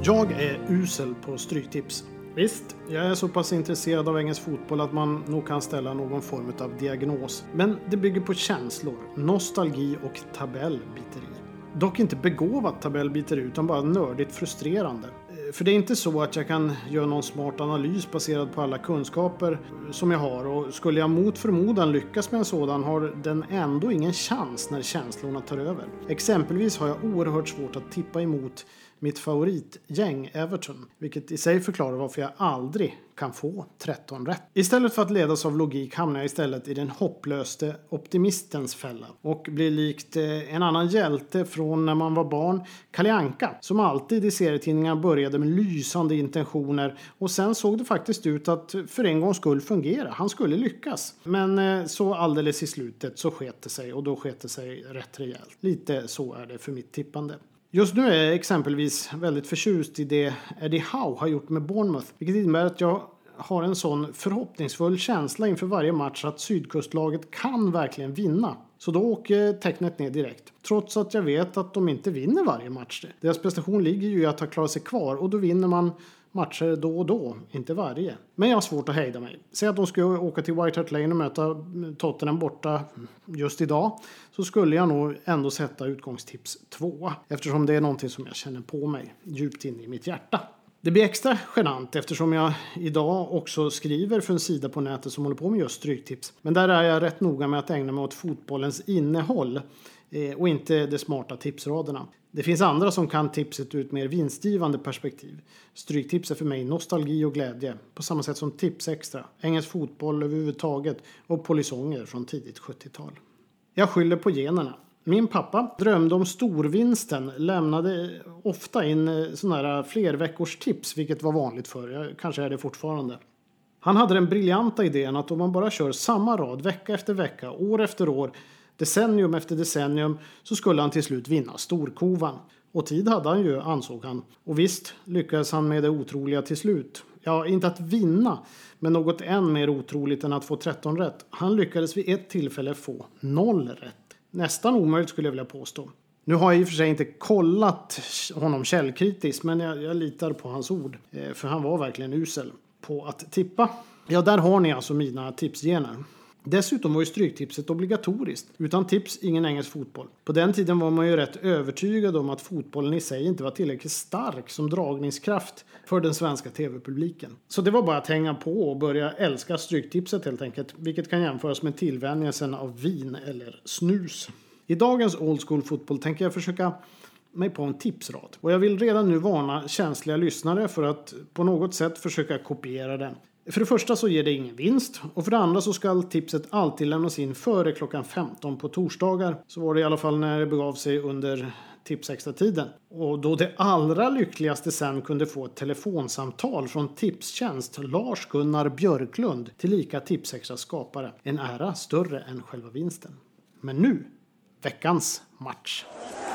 Jag är usel på stryktips. Visst, jag är så pass intresserad av engelsk fotboll att man nog kan ställa någon form av diagnos. Men det bygger på känslor, nostalgi och tabellbiteri. Dock inte begåvat tabellbiteri utan bara nördigt frustrerande. För det är inte så att jag kan göra någon smart analys baserad på alla kunskaper som jag har. Och skulle jag mot förmodan lyckas med en sådan har den ändå ingen chans när känslorna tar över. Exempelvis har jag oerhört svårt att tippa emot mitt favoritgäng Everton, vilket i sig förklarar varför jag aldrig kan få 13 rätt. Istället för att ledas av logik hamnar jag istället i den hopplöste optimistens fälla och blir likt en annan hjälte från när man var barn, Kalle Anka, som alltid i serietidningar började med lysande intentioner och sen såg det faktiskt ut att för en gångs skull fungera. Han skulle lyckas. Men så alldeles i slutet så sket det sig och då sket det sig rätt rejält. Lite så är det för mitt tippande. Just nu är jag exempelvis väldigt förtjust i det Eddie Howe har gjort med Bournemouth, vilket innebär att jag har en sån förhoppningsfull känsla inför varje match att sydkustlaget kan verkligen vinna. Så då åker tecknet ner direkt. Trots att jag vet att de inte vinner varje match. Deras prestation ligger ju i att ha klarat sig kvar och då vinner man matcher då och då, inte varje. Men jag har svårt att hejda mig. Säg att de skulle åka till White Hart Lane och möta Tottenham borta just idag. Så skulle jag nog ändå sätta utgångstips 2. Eftersom det är någonting som jag känner på mig djupt in i mitt hjärta. Det blir extra genant eftersom jag idag också skriver för en sida på nätet som håller på med just stryktips. Men där är jag rätt noga med att ägna mig åt fotbollens innehåll och inte de smarta tipsraderna. Det finns andra som kan tipset ur ett mer vinstgivande perspektiv. Stryktips är för mig nostalgi och glädje, på samma sätt som tips extra, engelsk fotboll överhuvudtaget och polisonger från tidigt 70-tal. Jag skyller på generna. Min pappa drömde om storvinsten, lämnade ofta in sådana här flerveckors tips, vilket var vanligt förr, kanske är det fortfarande. Han hade den briljanta idén att om man bara kör samma rad vecka efter vecka, år efter år, decennium efter decennium, så skulle han till slut vinna storkovan. Och tid hade han ju, ansåg han. Och visst lyckades han med det otroliga till slut. Ja, inte att vinna, men något än mer otroligt än att få 13 rätt. Han lyckades vid ett tillfälle få 0 rätt. Nästan omöjligt skulle jag vilja påstå. Nu har jag i och för sig inte kollat honom källkritiskt, men jag litar på hans ord. För han var verkligen usel på att tippa. Ja, där har ni alltså mina tipsgener. Dessutom var ju stryktipset obligatoriskt. Utan tips, ingen engelsk fotboll. På den tiden var man ju rätt övertygad om att fotbollen i sig inte var tillräckligt stark som dragningskraft för den svenska tv-publiken. Så det var bara att hänga på och börja älska stryktipset helt enkelt. Vilket kan jämföras med tillvänjelsen av vin eller snus. I dagens old school fotboll tänker jag försöka mig på en tipsrad. Och jag vill redan nu varna känsliga lyssnare för att på något sätt försöka kopiera den. För det första så ger det ingen vinst och för det andra så ska tipset alltid lämnas in före klockan 15 på torsdagar. Så var det i alla fall när det begav sig under tipsextra-tiden. Och då det allra lyckligaste sen kunde få ett telefonsamtal från Tipstjänst Lars-Gunnar Björklund tillika tipsextra skapare. En ära större än själva vinsten. Men nu, veckans match.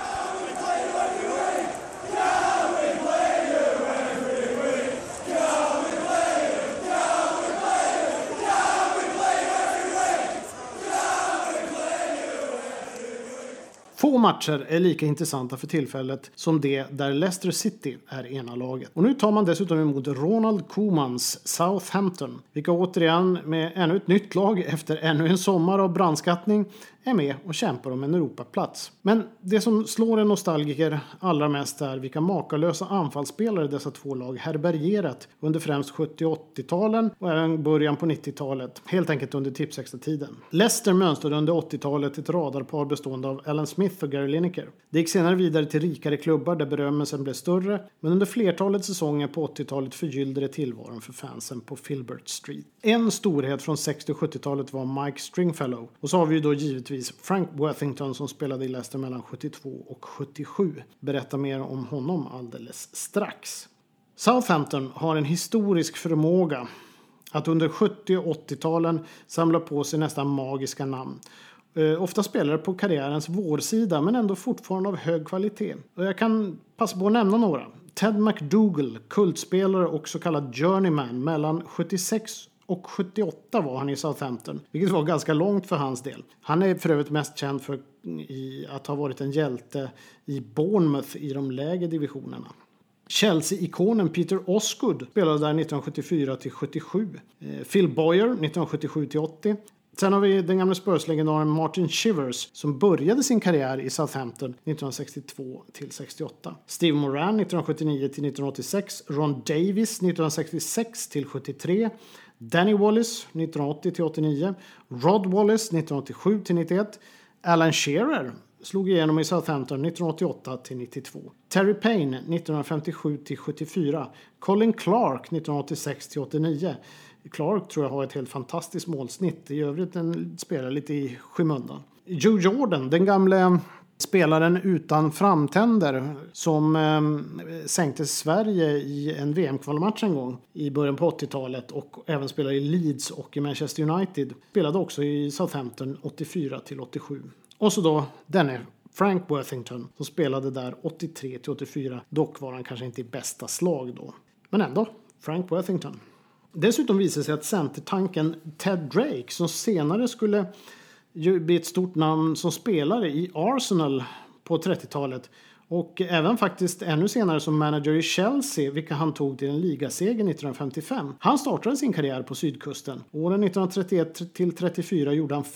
Få matcher är lika intressanta för tillfället som det där Leicester City är ena laget. Och nu tar man dessutom emot Ronald Koemans Southampton, vilka återigen med ännu ett nytt lag efter ännu en sommar av brandskattning är med och kämpar om en Europaplats. Men det som slår en nostalgiker allra mest är vilka makalösa anfallsspelare dessa två lag härbärgerat under främst 70- och 80-talen och även början på 90-talet. Helt enkelt under tipsextra-tiden. Leicester mönstrade under 80-talet ett radarpar bestående av Alan Smith och Gary Lineker. Det gick senare vidare till rikare klubbar där berömmelsen blev större, men under flertalet säsonger på 80-talet förgyllde det tillvaron för fansen på Filbert Street. En storhet från 60- och 70-talet var Mike Stringfellow. Och så har vi ju då givetvis Frank Worthington som spelade i Leicester mellan 72 och 77. Berätta mer om honom alldeles strax. Southampton har en historisk förmåga att under 70- och 80-talen samla på sig nästan magiska namn. Ofta spelare på karriärens vårsida men ändå fortfarande av hög kvalitet. Och jag kan passa på att nämna några. Ted McDougall, kultspelare och så kallad journeyman mellan 76 och 78 var han i Southampton, vilket var ganska långt för hans del. Han är för övrigt mest känd för att ha varit en hjälte i Bournemouth i de lägre divisionerna. Chelsea-ikonen Peter Osgood spelade där 1974-77. Phil Boyer 1977-80. Sen har vi den gamla Spurs-legendaren Martin Chivers som började sin karriär i Southampton 1962-68. Steve Moran 1979-1986. Ron Davis 1966-73. Danny Wallace 1980-89. Rod Wallace 1987-91. Alan Shearer slog igenom i Southampton 1988-92. Terry Payne 1957-74. Colin Clark 1986-89. Clark tror jag har ett helt fantastiskt målsnitt. I övrigt en spelar lite i skymundan. Joe Jordan, den gamla spelaren utan framtänder som sänkte Sverige i en VM-kvalmatch en gång i början på 80-talet och även spelade i Leeds och i Manchester United. Spelade också i Southampton 84-87. Och så då denne Frank Worthington som spelade där 83-84. Dock var han kanske inte i bästa slag då. Men ändå, Frank Worthington. Dessutom visade sig att centertanken Ted Drake som senare skulle bli ett stort namn som spelare i Arsenal på 30-talet och även faktiskt ännu senare som manager i Chelsea, vilka han tog till en ligaseger 1955. Han startade sin karriär på sydkusten. Åren 1931-34 gjorde han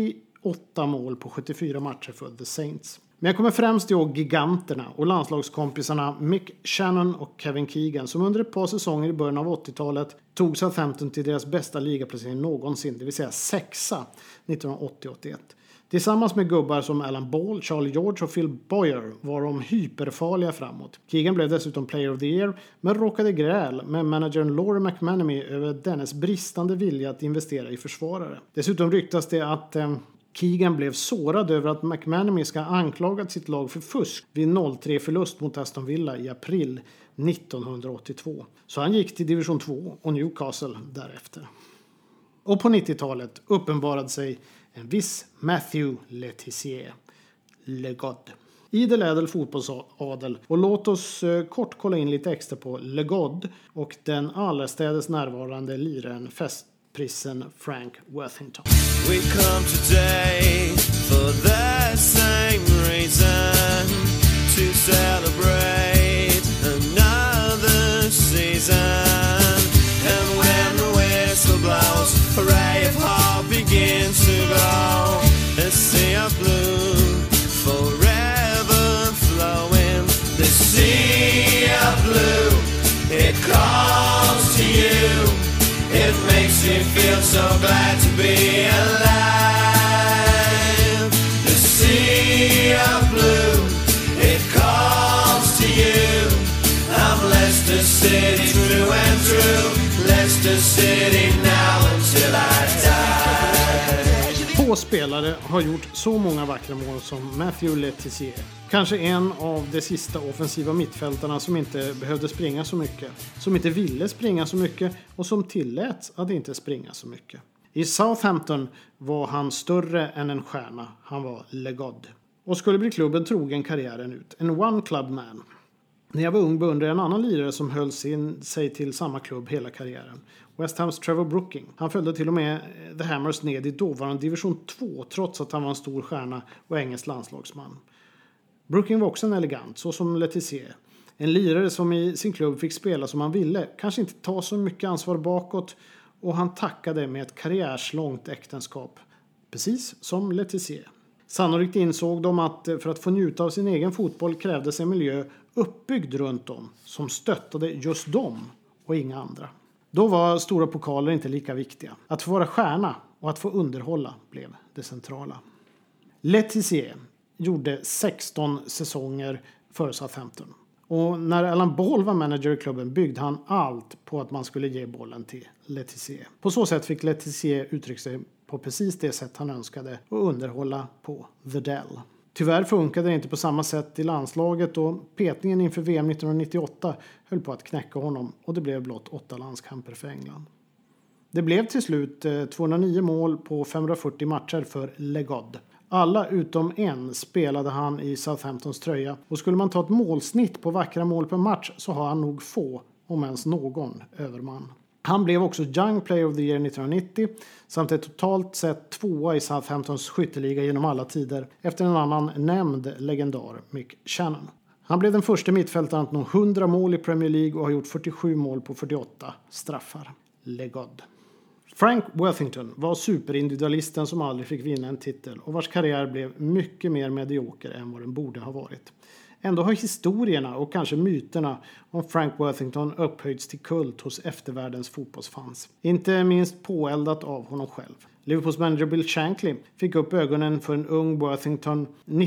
48 mål på 74 matcher för The Saints. Men jag kommer främst ihåg giganterna och landslagskompisarna Mick Shannon och Kevin Keegan som under ett par säsonger i början av 80-talet tog Southampton till deras bästa ligaplacering någonsin, det vill säga 6:a 1980-81. Tillsammans med gubbar som Alan Ball, Charlie George och Phil Boyer var de hyperfarliga framåt. Keegan blev dessutom Player of the Year men råkade gräl med managern Laurie McManamy över dennes bristande vilja att investera i försvarare. Dessutom ryktas det att Keegan blev sårad över att McManamy ska ha anklagat sitt lag för fusk vid 0-3-förlust mot Aston Villa i april 1982. Så han gick till division 2 och Newcastle därefter. Och på 90-talet uppenbarade sig en viss Matthew Letizier, Le God. Idel ädel fotbollsadel. Och låt oss kort kolla in lite extra på Le God och den allestädes närvarande liraren festprissen Frank Worthington. We come today for the same reason, to celebrate another season. And when the whistle blows, a ray of hope begins to glow. A sea of blue, forever flowing. The sea of blue, it calls to you. It makes you feel so glad to be alive. The sea of blue, it calls to you. I'm Leicester City through and through. Leicester City now until I die. Få spelare har gjort så många vackra mål som Matthew Letizier. Kanske en av de sista offensiva mittfältarna som inte behövde springa så mycket, som inte ville springa så mycket och som tilläts att inte springa så mycket. I Southampton var han större än en stjärna, han var Le God. Och skulle bli klubben trogen karriären ut, en one club man. När jag var ung beundrade jag en annan lirare som höll sig till samma klubb hela karriären. West Hams Trevor Brooking. Han följde till och med The Hammers ned i dåvarande division 2 trots att han var en stor stjärna och engelsk landslagsman. Brooking var också en elegant, så som Letizier. En lirare som i sin klubb fick spela som han ville, kanske inte ta så mycket ansvar bakåt och han tackade med ett karriärslångt äktenskap. Precis som Letizier. Sannolikt insåg de att för att få njuta av sin egen fotboll krävdes en miljö uppbyggd runt dem som stöttade just dem och inga andra. Då var stora pokaler inte lika viktiga. Att få vara stjärna och att få underhålla blev det centrala. Letizier gjorde 16 säsonger för Southampton. Och när Alan Ball var manager i klubben byggde han allt på att man skulle ge bollen till Letizier. På så sätt fick Letizier uttrycka sig på precis det sätt han önskade och underhålla på The Dell. Tyvärr funkade det inte på samma sätt i landslaget och petningen inför VM 1998 höll på att knäcka honom och det blev blott 8 landskamper för England. Det blev till slut 209 mål på 540 matcher för Le God. Alla utom en spelade han i Southamptons tröja och skulle man ta ett målsnitt på vackra mål per match så har han nog få, om ens någon, överman. Han blev också Young Player of the Year 1990 samt ett totalt sett 2:a i Southamptons skytteliga genom alla tider efter en annan nämnd legendar, Mick Shannon. Han blev den första mittfältaren att nå 100 mål i Premier League och har gjort 47 mål på 48 straffar. Legod. Frank Worthington var superindividualisten som aldrig fick vinna en titel och vars karriär blev mycket mer medioker än vad den borde ha varit. Ändå har historierna och kanske myterna om Frank Worthington upphöjts till kult hos eftervärldens fotbollsfans. Inte minst påeldat av honom själv. Liverpools manager Bill Shankly fick upp ögonen för en ung Worthington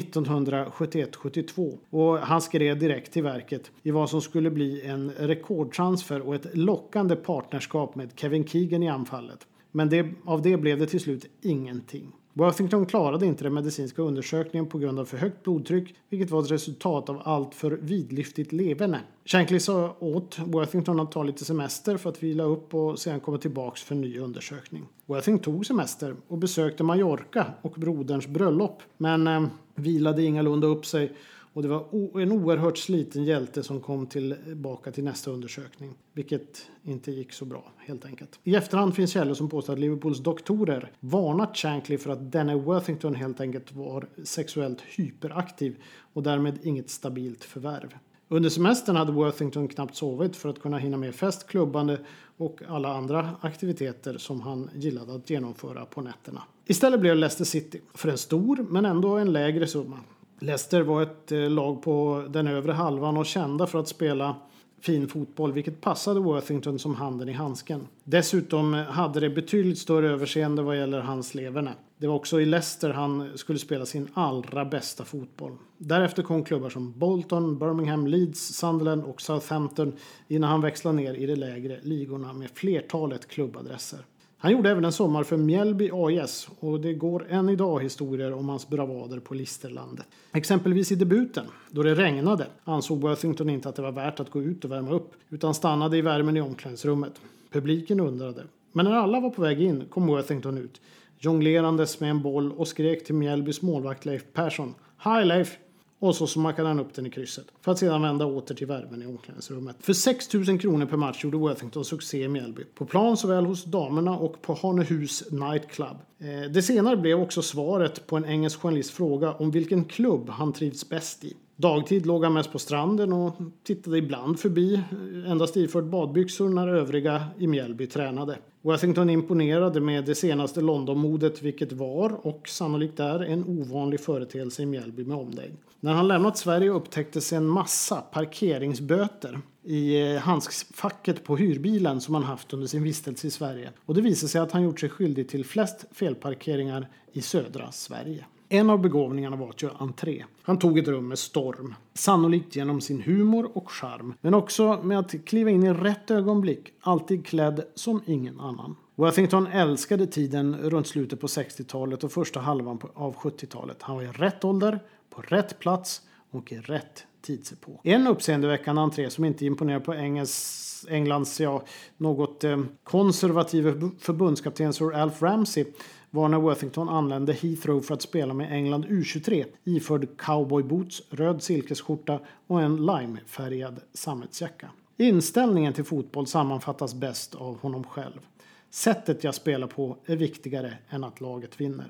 1971-72 och han skrev direkt till verket i vad som skulle bli en rekordtransfer och ett lockande partnerskap med Kevin Keegan i anfallet. Men av det blev det till slut ingenting. Worthington klarade inte den medicinska undersökningen på grund av för högt blodtryck, vilket var ett resultat av allt för vidlyftigt leverne. Shankly sa åt Worthington att ta lite semester för att vila upp och sedan komma tillbaks för en ny undersökning. Worthington tog semester och besökte Mallorca och broderns bröllop, men vilade ingalunda upp sig. Och det var en oerhört sliten hjälte som kom tillbaka till nästa undersökning. Vilket inte gick så bra, helt enkelt. I efterhand finns källor som påstår att Liverpools doktorer varnat Shankly för att denne Worthington helt enkelt var sexuellt hyperaktiv och därmed inget stabilt förvärv. Under semestern hade Worthington knappt sovit för att kunna hinna med fest, klubbande och alla andra aktiviteter som han gillade att genomföra på nätterna. Istället blev Leicester City för en stor men ändå en lägre summa. Leicester var ett lag på den övre halvan och kända för att spela fin fotboll, vilket passade Worthington som handen i handsken. Dessutom hade det betydligt större överseende vad gäller hans leverne. Det var också i Leicester han skulle spela sin allra bästa fotboll. Därefter kom klubbar som Bolton, Birmingham, Leeds, Sunderland och Southampton innan han växlade ner i de lägre ligorna med flertalet klubbadresser. Han gjorde även en sommar för Mjällby AIS och det går än idag historier om hans bravader på Listerlandet. Exempelvis i debuten, då det regnade, ansåg Worthington inte att det var värt att gå ut och värma upp utan stannade i värmen i omklädningsrummet. Publiken undrade. Men när alla var på väg in kom Worthington ut, jonglerandes med en boll och skrek till Mjällbys målvakt Leif Persson. Hi Leif! Och så smackade han upp den i krysset. För att sedan vända åter till värmen i omklädningsrummet. För 6 000 kronor per match gjorde Worthington succé i Mjällby. På plan såväl hos damerna och på Hanehus Nightclub. Det senare blev också svaret på en engelsk journalist fråga om vilken klubb han trivs bäst i. Dagtid låg han mest på stranden och tittade ibland förbi, endast iförd badbyxor när övriga i Mjällby tränade. Worthington imponerade med det senaste London-modet, vilket var och sannolikt är en ovanlig företeelse i Mjällby med omnejd. När han lämnat Sverige upptäcktes en massa parkeringsböter i handskfacket på hyrbilen som han haft under sin vistelse i Sverige. Och det visade sig att han gjort sig skyldig till flest felparkeringar i södra Sverige. En av begåvningarna var att göra entré. Han tog ett rum med storm. Sannolikt genom sin humor och charm. Men också med att kliva in i rätt ögonblick. Alltid klädd som ingen annan. Worthington älskade tiden runt slutet på 60-talet och första halvan av 70-talet. Han var i rätt ålder, på rätt plats och i rätt tidsepok. En uppseendeväckande entré som inte imponerar på Englands något konservativa förbundskapten Sir Alf Ramsey var när Worthington anlände Heathrow för att spela med England U23 iförd cowboyboots, röd silkesskjorta och en limefärgad sammetsjacka. Inställningen till fotboll sammanfattas bäst av honom själv. Sättet jag spelar på är viktigare än att laget vinner.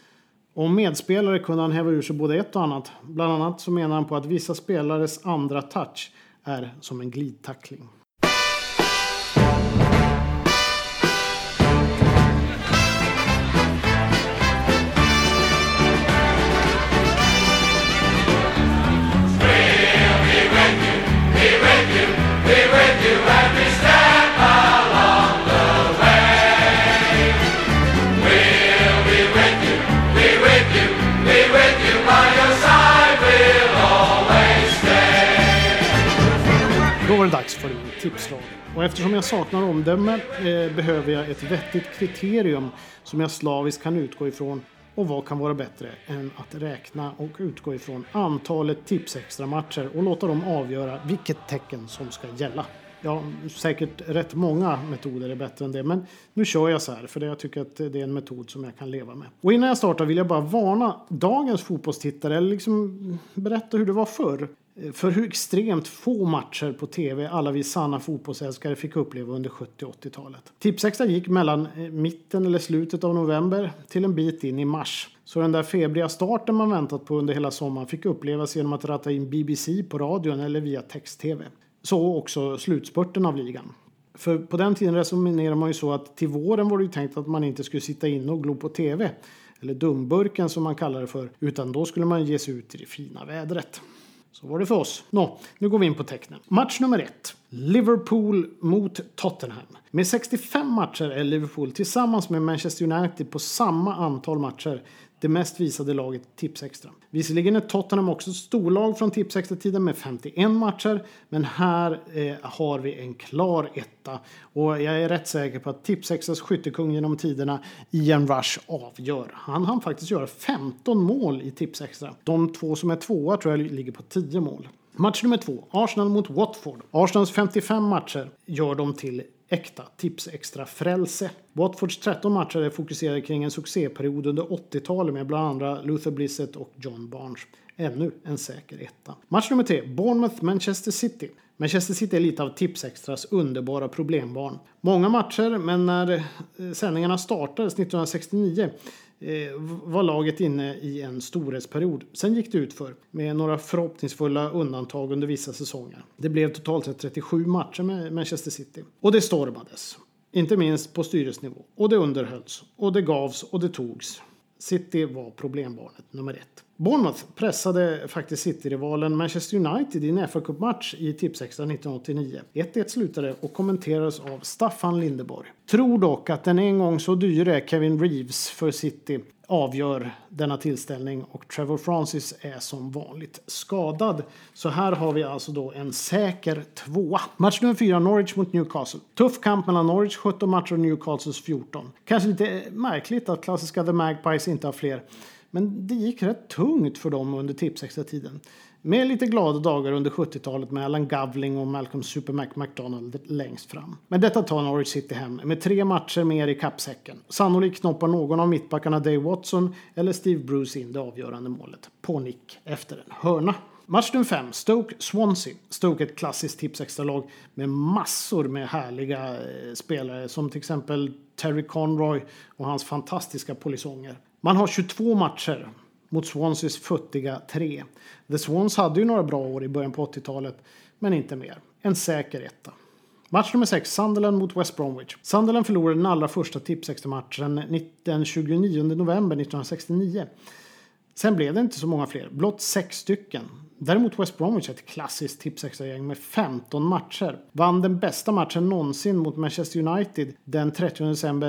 Om medspelare kunde han häva ur sig både ett och annat. Bland annat så menar han på att vissa spelares andra touch är som en glidtackling. Då var det dags för en tipslag. Och eftersom jag saknar omdöme behöver jag ett vettigt kriterium som jag slaviskt kan utgå ifrån. Och vad kan vara bättre än att räkna och utgå ifrån antalet tipsextra matcher och låta dem avgöra vilket tecken som ska gälla. Ja, säkert rätt många metoder är bättre än det, men nu kör jag så här för jag tycker att det är en metod som jag kan leva med. Och innan jag startar vill jag bara varna dagens fotbollstittare eller liksom berätta hur det var förr. för hur extremt få matcher på tv alla vi sanna fotbollsälskare fick uppleva under 70- och 80-talet. Tipsextra gick mellan mitten eller slutet av november till en bit in i mars. Så den där febriga starten man väntat på under hela sommaren fick upplevas genom att ratta in BBC på radion eller via text-tv. Så också slutspurten av ligan. För på den tiden resonerar man ju så att till våren var det ju tänkt att man inte skulle sitta inne och glo på tv. Eller dumburken som man kallar det för. Utan då skulle man ge sig ut i det fina vädret. Så var det för oss. Nu går vi in på tecknen. Match nummer 1. Liverpool mot Tottenham. Med 65 matcher är Liverpool tillsammans med Manchester United på samma antal matcher det mest visade laget Tipsextra. Visserligen är Tottenham också ett storlag från Tipsextra-tiden med 51 matcher. Men här har vi en klar etta. Och jag är rätt säker på att Tipsextras skyttekung genom tiderna Ian Rush avgör. Han hann faktiskt göra 15 mål i Tipsextra. De två som är tvåa tror jag ligger på 10 mål. Match nummer 2. Arsenal mot Watford. Arsenals 55 matcher gör dem till äkta Tipsextra frälse. Watfords 13 matcher är fokuserade kring en succéperiod under 80-talet med bland andra Luther Blissett och John Barnes. Ännu en säker etta. Match nummer 3. Bournemouth-Manchester City. Manchester City är lite av Tipsextras underbara problembarn. Många matcher, men när sändningarna startades 1969 var laget inne i en storhetsperiod. Sen gick det ut för med några förhoppningsfulla undantag under vissa säsonger. Det blev totalt sett 37 matcher med Manchester City. Och det stormades. Inte minst på styrelsenivå. Och det underhölls. Och det gavs och det togs. City var problembarnet nummer 1. Bournemouth pressade faktiskt City-rivalen Manchester United i en FA-cupmatch i Tipsextra 1989. 1-1 slutade och kommenterades av Staffan Lindeborg. Tror dock att den en gång så dyre Kevin Reeves för City avgör denna tillställning och Trevor Francis är som vanligt skadad. Så här har vi alltså då en säker 2. Match nummer 4, Norwich mot Newcastle. Tuff kamp mellan Norwich 17 matcher och Newcastles 14. Kanske lite märkligt att klassiska The Magpies inte har fler. Men det gick rätt tungt för dem under Tipsextra-tiden. Med lite glada dagar under 70-talet med Alan Gavling och Malcolm Super McDonald längst fram. Men detta tar Norwich City hem med 3 matcher mer i kappsäcken. Sannolikt knoppar någon av mittbackarna Dave Watson eller Steve Bruce in det avgörande målet. På nick efter en hörna. Match nummer 5, Stoke-Swansea. Stoke är ett klassiskt Tipsextra-lag med massor med härliga spelare som till exempel Terry Conroy och hans fantastiska polisonger. Man har 22 matcher mot Swanseas futtiga 3. The Swans hade ju några bra år i början på 80-talet, men inte mer. En säker etta. Match nummer 6, Sunderland mot West Bromwich. Sunderland förlorade den allra första Tipsextra-matchen den 29 november 1969. Sen blev det inte så många fler, blott 6 stycken. Däremot West Bromwich är ett klassiskt Tipsextra-gäng med 15 matcher. Vann den bästa matchen någonsin mot Manchester United den 30 december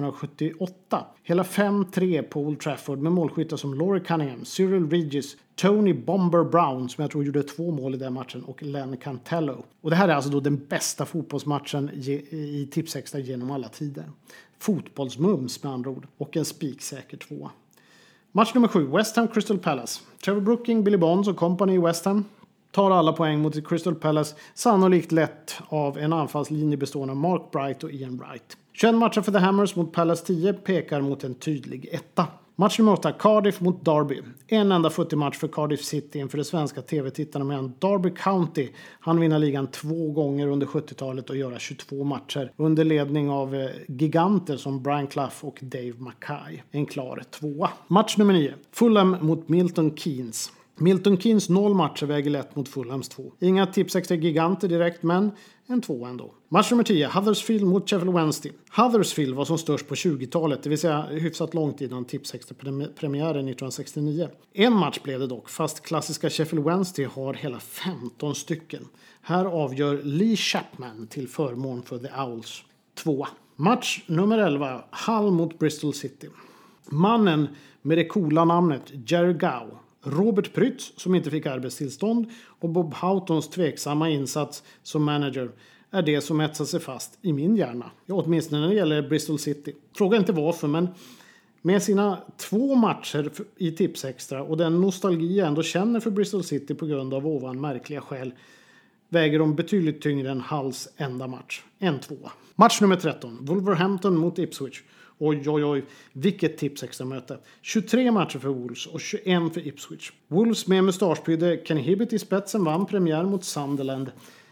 1978. Hela 5-3 på Old Trafford med målskyttar som Laurie Cunningham, Cyril Regis, Tony Bomber Brown som jag tror gjorde 2 mål i den matchen och Len Cantello. Och det här är alltså då den bästa fotbollsmatchen i Tipsextra genom alla tider. Fotbollsmums med andra ord och en spiksäker 2. Match nummer 7, West Ham Crystal Palace. Trevor Brooking, Billy Bonds och company i West Ham tar alla poäng mot Crystal Palace, sannolikt lätt av en anfallslinje bestående av Mark Bright och Ian Wright. 21 matcher för The Hammers mot Palace 10 pekar mot en tydlig etta. Match nummer 8, Cardiff mot Derby. En enda 40-match för Cardiff City inför de svenska tv-tittarna medan Derby County han vinner ligan 2 gånger under 70-talet och göra 22 matcher under ledning av giganter som Brian Clough och Dave Mackay. En klar 2. Match nummer 9, Fulham mot Milton Keynes. Milton Keynes 0 matcher väger lätt mot Fulhams 2. Inga Tipsextra giganter direkt, men en 2 ändå. Match nummer 10, Huddersfield mot Sheffield Wednesday. Huddersfield var som störst på 20-talet, det vill säga hyfsat långt innan Tipsextra-premiären 1969. En match blev det dock, fast klassiska Sheffield Wednesday har hela 15 stycken. Här avgör Lee Chapman till förmån för The Owls. 2. Match nummer 11, Hull mot Bristol City. Mannen med det coola namnet Jerry Gow, Robert Prytz som inte fick arbetstillstånd och Bob Houghtons tveksamma insats som manager är det som etsar sig fast i min hjärna. Ja, åtminstone när det gäller Bristol City. Fråga inte varför, men med sina 2 matcher i Tipsextra och den nostalgi jag ändå känner för Bristol City på grund av ovan märkliga skäl väger de betydligt tyngre än Hulls enda match. En 2. Match nummer 13, Wolverhampton mot Ipswich. Oj, vilket Tipsextra-möte. 23 matcher för Wolves och 21 för Ipswich. Wolves med mustaschpydde Kenny Hibbitt i spetsen vann premiär mot Sunderland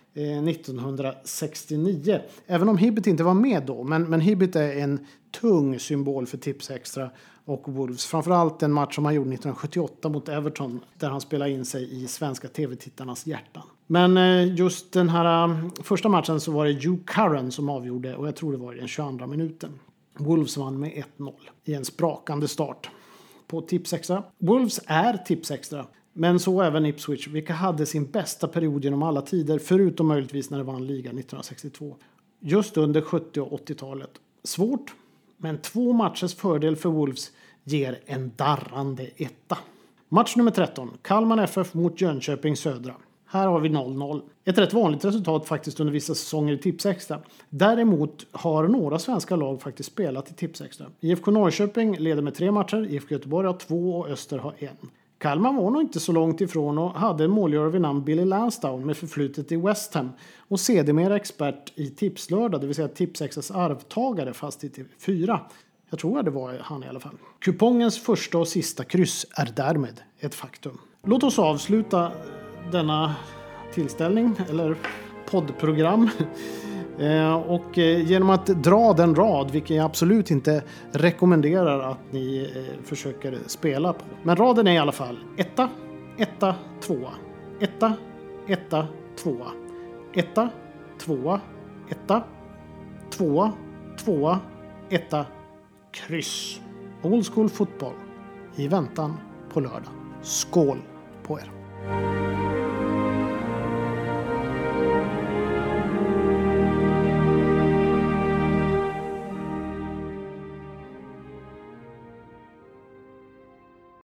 1969. Även om Hibbitt inte var med då, men Hibbitt är en tung symbol för Tipsextra och Wolves. Framförallt en match som han gjorde 1978 mot Everton där han spelade in sig i svenska tv-tittarnas hjärtan. Men just den här första matchen så var det Hugh Curran som avgjorde och jag tror det var i den 22 minuten. Wolves vann med 1-0 i en sprakande start på Tipsextra. Wolves är Tipsextra, men så även Ipswich, vilka hade sin bästa period genom alla tider, förutom möjligtvis när det vann ligan 1962. Just under 70- och 80-talet. Svårt, men 2 matchers fördel för Wolves ger en darrande etta. Match nummer 13, Kalmar FF mot Jönköping Södra. Här har vi 0-0. Ett rätt vanligt resultat faktiskt under vissa säsonger i Tipsextra. Däremot har några svenska lag faktiskt spelat i Tipsextra. IFK Norrköping leder med 3 matcher, IFK Göteborg har 2 och Öster har 1. Kalmar var nog inte så långt ifrån och hade en målgörare vid namn Billy Lansdowne med förflutet i West Ham och sedermera expert i Tipslördag, det vill säga Tipsextras arvtagare fast i TV4. Jag tror att det var han i alla fall. Kupongens första och sista kryss är därmed ett faktum. Låt oss avsluta denna tillställning eller poddprogram och genom att dra den rad, vilken jag absolut inte rekommenderar att ni försöker spela på. Men raden är i alla fall 1, 1, 2, 1, 1, 2, 1, 2, 1, 2, 2, 1, kryss. Old school fotboll i väntan på lördag. Skål på er!